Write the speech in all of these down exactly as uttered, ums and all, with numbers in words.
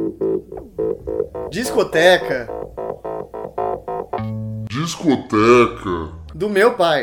Discoteca. Discoteca. Do meu pai.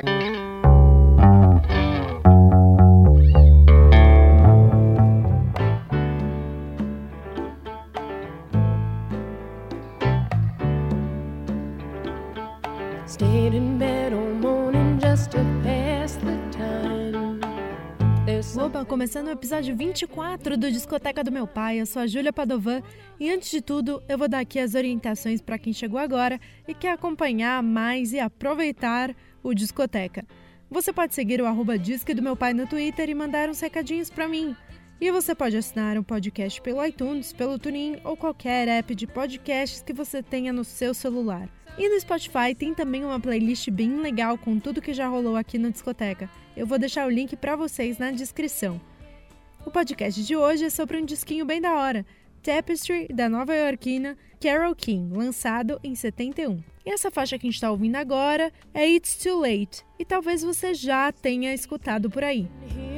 Stayed in bed all morning just to pass the time. Opa, começando o episódio vinte e quatro do Discoteca do Meu Pai, eu sou a Júlia Padovan e antes de tudo eu vou dar aqui as orientações para quem chegou agora e quer acompanhar mais e aproveitar o Discoteca. Você pode seguir o arroba Disque do Meu Pai no Twitter e mandar uns recadinhos para mim. E você pode assinar o podcast pelo iTunes, pelo TuneIn ou qualquer app de podcasts que você tenha no seu celular. E no Spotify tem também uma playlist bem legal com tudo que já rolou aqui na Discoteca. Eu vou deixar o link para vocês na descrição. O podcast de hoje é sobre um disquinho bem da hora, Tapestry, da nova-iorquina Carole King, lançado em setenta e um. E essa faixa que a gente está ouvindo agora é It's Too Late, e talvez você já tenha escutado por aí.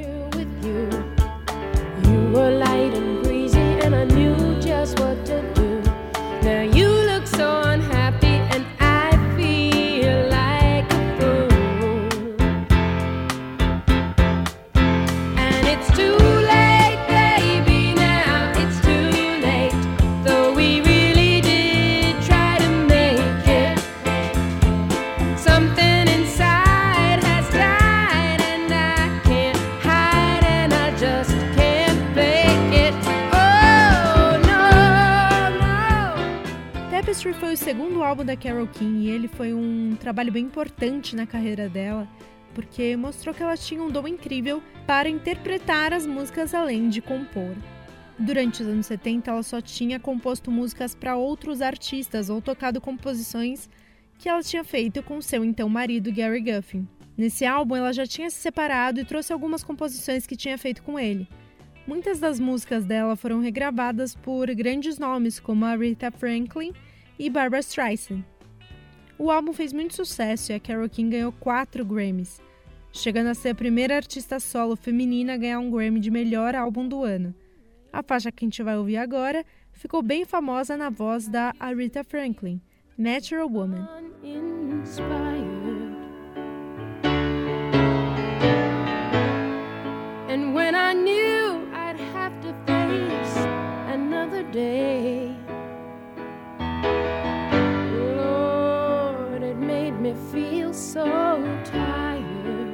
You were light and breezy and I knew just what to do. Now you look so unhappy and I feel like a fool. And it's too late, baby, now it's too late. Though we really did try to make it. Something inside has died and I can't hide and I just Tapestry foi o segundo álbum da Carole King e ele foi um trabalho bem importante na carreira dela, porque mostrou que ela tinha um dom incrível para interpretar as músicas além de compor. Durante os anos setenta, ela só tinha composto músicas para outros artistas ou tocado composições que ela tinha feito com seu então marido Gary Guffin. Nesse álbum, ela já tinha se separado e trouxe algumas composições que tinha feito com ele. Muitas das músicas dela foram regravadas por grandes nomes como a Aretha Franklin e Barbra Streisand. O álbum fez muito sucesso e a Carole King ganhou quatro Grammys, chegando a ser a primeira artista solo feminina a ganhar um Grammy de melhor álbum do ano. A faixa que a gente vai ouvir agora ficou bem famosa na voz da Aretha Franklin, Natural Woman. And when I knew I'd have to face another day, Lord, it made me feel so tired.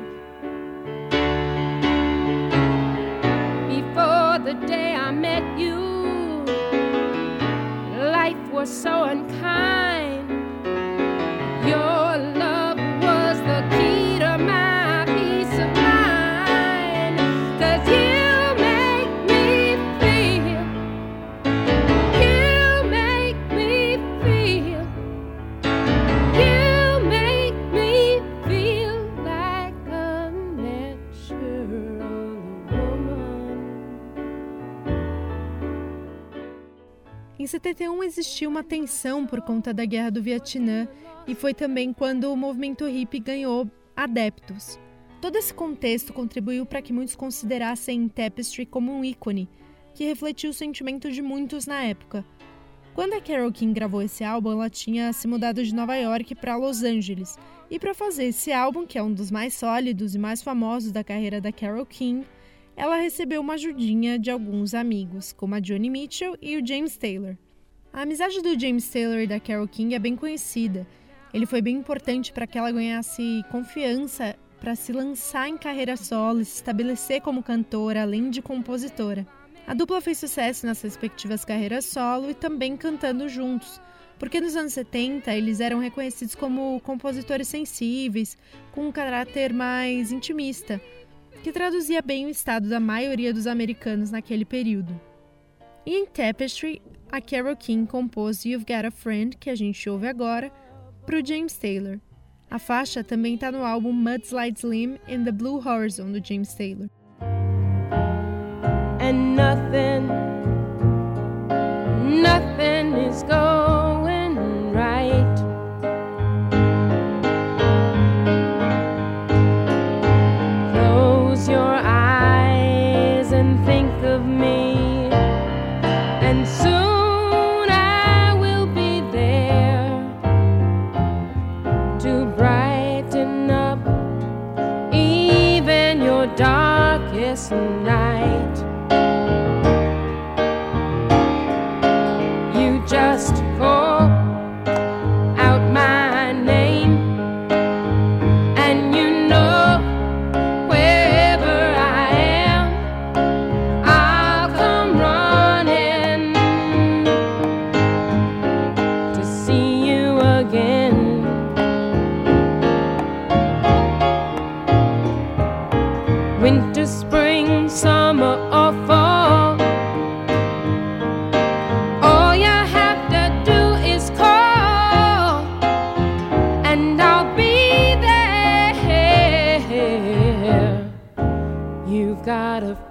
Before the day I met you, life was so unkind. Your love was the key to my peace of mind. 'Cause you make me feel, you make me feel, you make me feel like a natural woman. Em setenta e um existiu uma tensão por conta da Guerra do Vietnã e foi também quando o movimento hippie ganhou adeptos. Todo esse contexto contribuiu para que muitos considerassem Tapestry como um ícone, que refletiu o sentimento de muitos na época. Quando a Carole King gravou esse álbum, ela tinha se mudado de Nova York para Los Angeles, e para fazer esse álbum, que é um dos mais sólidos e mais famosos da carreira da Carole King, ela recebeu uma ajudinha de alguns amigos, como a Joni Mitchell e o James Taylor. A amizade do James Taylor e da Carole King é bem conhecida. Ele foi bem importante para que ela ganhasse confiança para se lançar em carreira solo e se estabelecer como cantora, além de compositora. A dupla fez sucesso nas respectivas carreiras solo e também cantando juntos, porque nos anos setenta eles eram reconhecidos como compositores sensíveis, com um caráter mais intimista, que traduzia bem o estado da maioria dos americanos naquele período. E em Tapestry, a Carole King compôs You've Got a Friend, que a gente ouve agora, para o James Taylor. A faixa também está no álbum Mudslide Slim and the Blue Horizon, do James Taylor. And nothing, nothing is going right. Close your eyes and think of me, and soon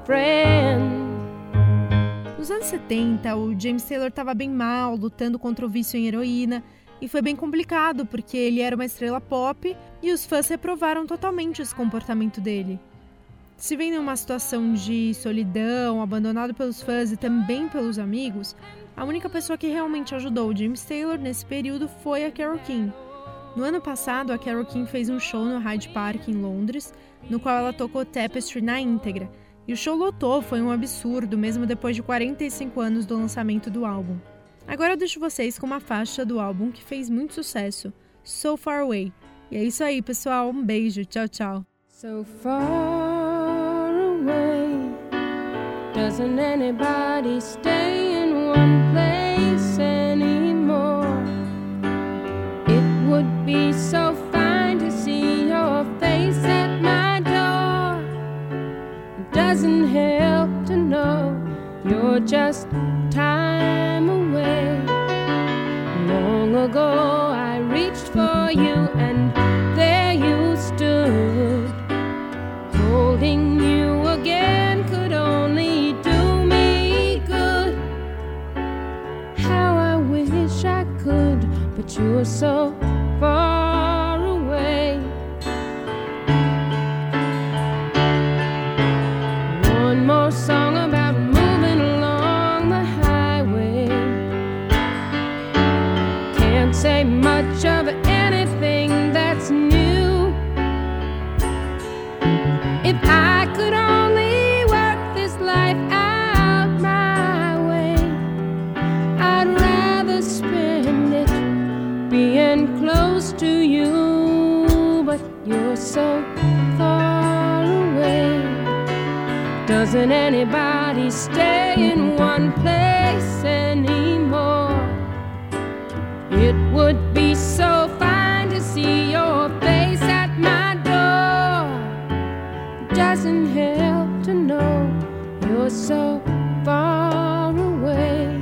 friend. Nos anos setenta, o James Taylor estava bem mal, lutando contra o vício em heroína, e foi bem complicado porque ele era uma estrela pop e os fãs reprovaram totalmente esse comportamento dele. Se vendo em uma situação de solidão, abandonado pelos fãs e também pelos amigos, a única pessoa que realmente ajudou o James Taylor nesse período foi a Carole King. No ano passado, a Carole King fez um show no Hyde Park, em Londres, no qual ela tocou Tapestry na íntegra. E o show lotou, foi um absurdo, mesmo depois de quarenta e cinco anos do lançamento do álbum. Agora eu deixo vocês com uma faixa do álbum que fez muito sucesso, So Far Away. E é isso aí, pessoal. Um beijo. Tchau, tchau. So far away, doesn't anybody stay in one place anymore? It would be so fine to see your face at my door. It doesn't help to know you're just time away. Long ago I reached for you and there you stood. Holding you again could only do me good. How I wish I could, but you're so far away. One more song about moving along the highway. Can't say much of anything that's new. If I could only work this life out my way, I'd rather spend it being close to you, but you're so far away. Doesn't anybody stay in one place anymore? It would be so fine to see your face at my door. Doesn't help to know you're so far away.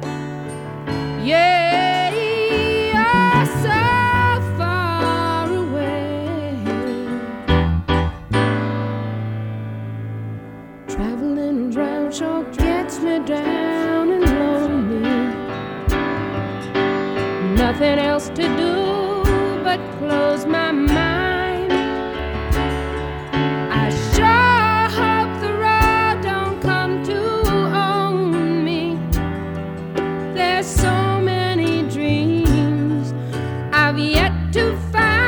Yeah, you're so far away. Traveling around sure gets me down and lonely. Nothing else to do but close my mind. I sure hope the road don't come to own me. There's so many dreams I've yet to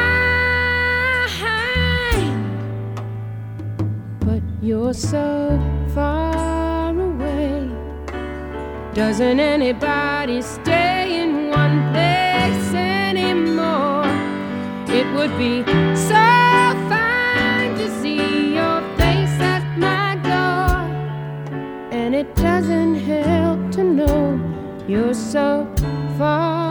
find, but you're so far away. Doesn't anybody stay in one place anymore? It would be so fine to see your face at my door. And it doesn't help to know you're so far